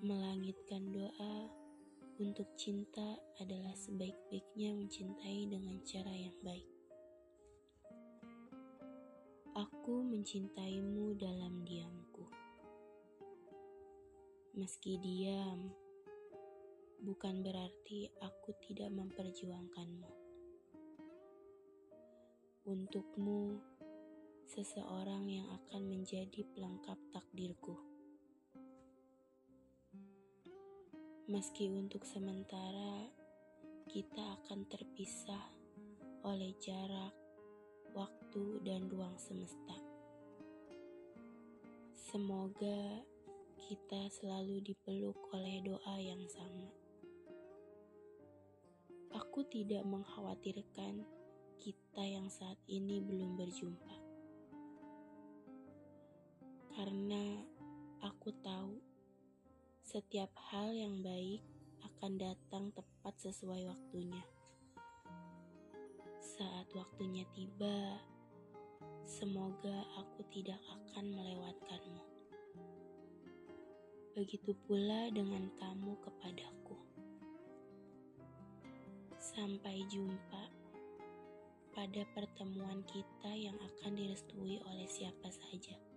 Melangitkan doa untuk cinta adalah sebaik-baiknya mencintai dengan cara yang baik. Aku mencintaimu dalam diamku. Meski diam, bukan berarti aku tidak memperjuangkanmu. Untukmu, seseorang yang akan menjadi pelengkap takdirku. Meski untuk sementara kita akan terpisah oleh jarak, waktu, dan ruang semesta. Semoga kita selalu dipeluk oleh doa yang sama. Aku tidak mengkhawatirkan kita yang saat ini belum berjumpa. Karena aku tahu setiap hal yang baik akan datang tepat sesuai waktunya. Saat waktunya tiba, semoga aku tidak akan melewatkanmu. Begitu pula dengan kamu kepadaku. Sampai jumpa pada pertemuan kita yang akan direstui oleh siapa saja.